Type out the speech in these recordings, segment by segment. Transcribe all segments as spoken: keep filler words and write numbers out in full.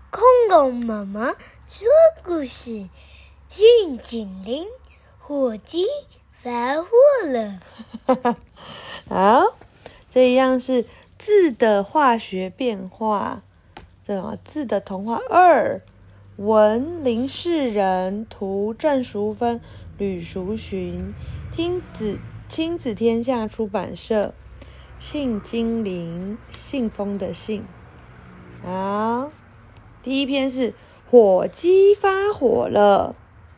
恐龙妈妈说故事：新精灵，火鸡发火了。 好，这一样是字的化学变化。这种字的童话二，文林世仁，图郑淑芬、吕淑寻，亲子亲子天下出版社。信精灵，信封的信。好，第一篇是火鸡发火了。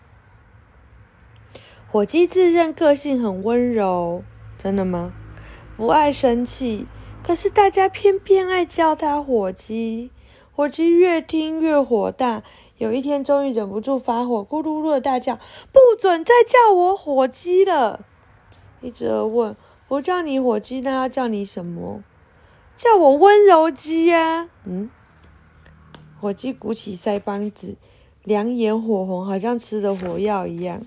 火鸡自认个性很温柔，真的吗？不爱生气，可是大家偏偏爱叫它火鸡。火鸡越听越火大，有一天终于忍不住发火，咕噜噜的大叫：“不准再叫我火鸡了！”一直问：“我叫你火鸡，那要叫你什么？”“叫我温柔鸡呀、啊！”嗯，火鸡鼓起腮帮子，两眼火红，好像吃了火药一样。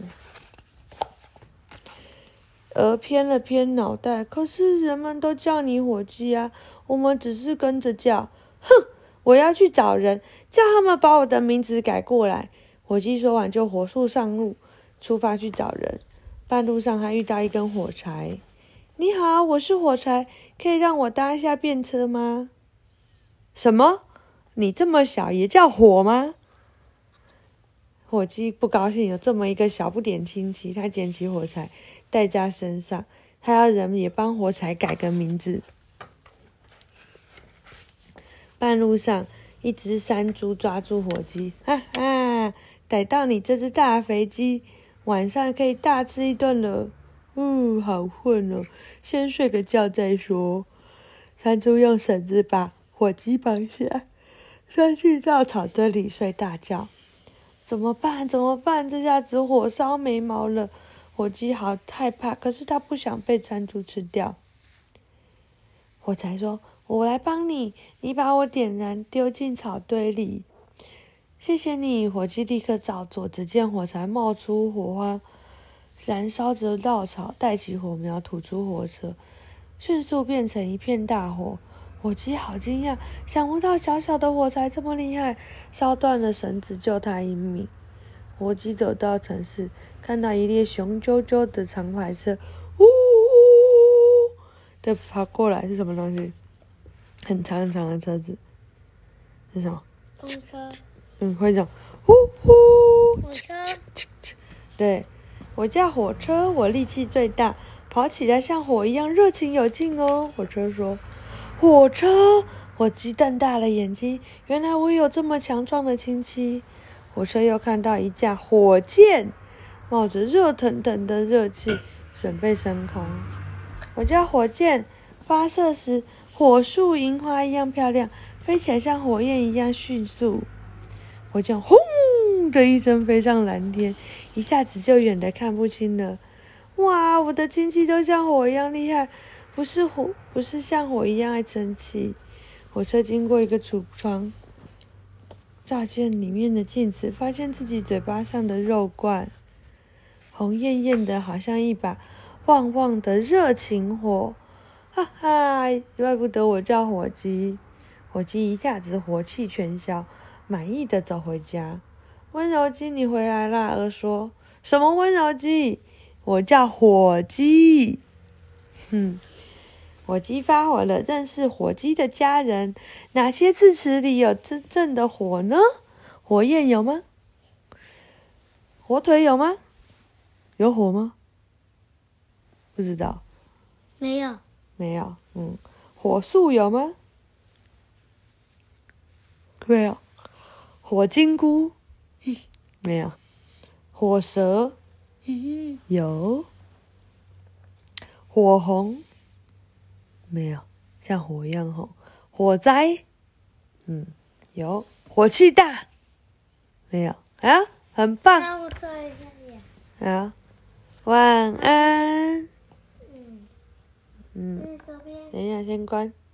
而偏了偏脑袋，可是人们都叫你火鸡啊，我们只是跟着叫。哼，我要去找人，叫他们把我的名字改过来。火鸡说完就火速上路，出发去找人。半路上还遇到一根火柴。你好，我是火柴，可以让我搭一下便车吗？什么？你这么小也叫火吗？火鸡不高兴，有这么一个小不点亲戚，他捡起火柴带在身上，他要人也帮火柴改个名字。半路上，一只山猪抓住火鸡，哈哈，逮到你这只大肥鸡，晚上可以大吃一顿了。嗯，好混哦，先睡个觉再说。山猪用绳子把火鸡绑起来，钻进稻草堆里睡大觉。怎么办？怎么办？这下子火烧眉毛了。火鸡好害怕，可是他不想被山猪吃掉。火柴说：“我来帮你，你把我点燃，丢进草堆里。”谢谢你，火鸡立刻照做。只见火柴冒出火花，燃烧着稻草，带起火苗，吐出火车，迅速变成一片大火。火鸡好惊讶，想不到小小的火柴这么厉害，烧断了绳子救他一命。火鸡走到城市，看到一列雄赳赳的长牌车，呜呜的跑过来，是什么东西？很长很长的车子，是什么？ 公车。 嗯，会讲呼呼。 火车。 对，我叫火车，我力气最大，跑起来像火一样热情有劲哦。火车说。火车，火鸡瞪大了眼睛，原来我有这么强壮的亲戚。火车又看到一架火箭，冒着热腾腾的热气，准备升空。我叫火箭，发射时火树银花一样漂亮，飞起来像火焰一样迅速。火箭轰的一声飞上蓝天，一下子就远得看不清了。哇，我的亲戚都像火一样厉害。不是火，不是像火一样爱生气。火车经过一个橱窗，照见里面的镜子，发现自己嘴巴上的肉罐红艳艳的，好像一把旺旺的热情火。哈哈，怪不得我叫火鸡。火鸡一下子火气全消，满意的走回家。温柔鸡，你回来啦！儿说。什么温柔鸡？我叫火鸡。哼。火鸡发火了，认识火鸡的家人。哪些字词里有真正的火呢？火焰有吗？火腿有吗？有火吗？不知道。 没有。 没有。嗯，火树有吗？没有。火金菇没有。火蛇有。火红没有，像火一样红。火灾，嗯，有。火气大，没有啊，很棒。 那我做一下呀。 好，晚安。 嗯。 嗯， 这边。 等一下，先关。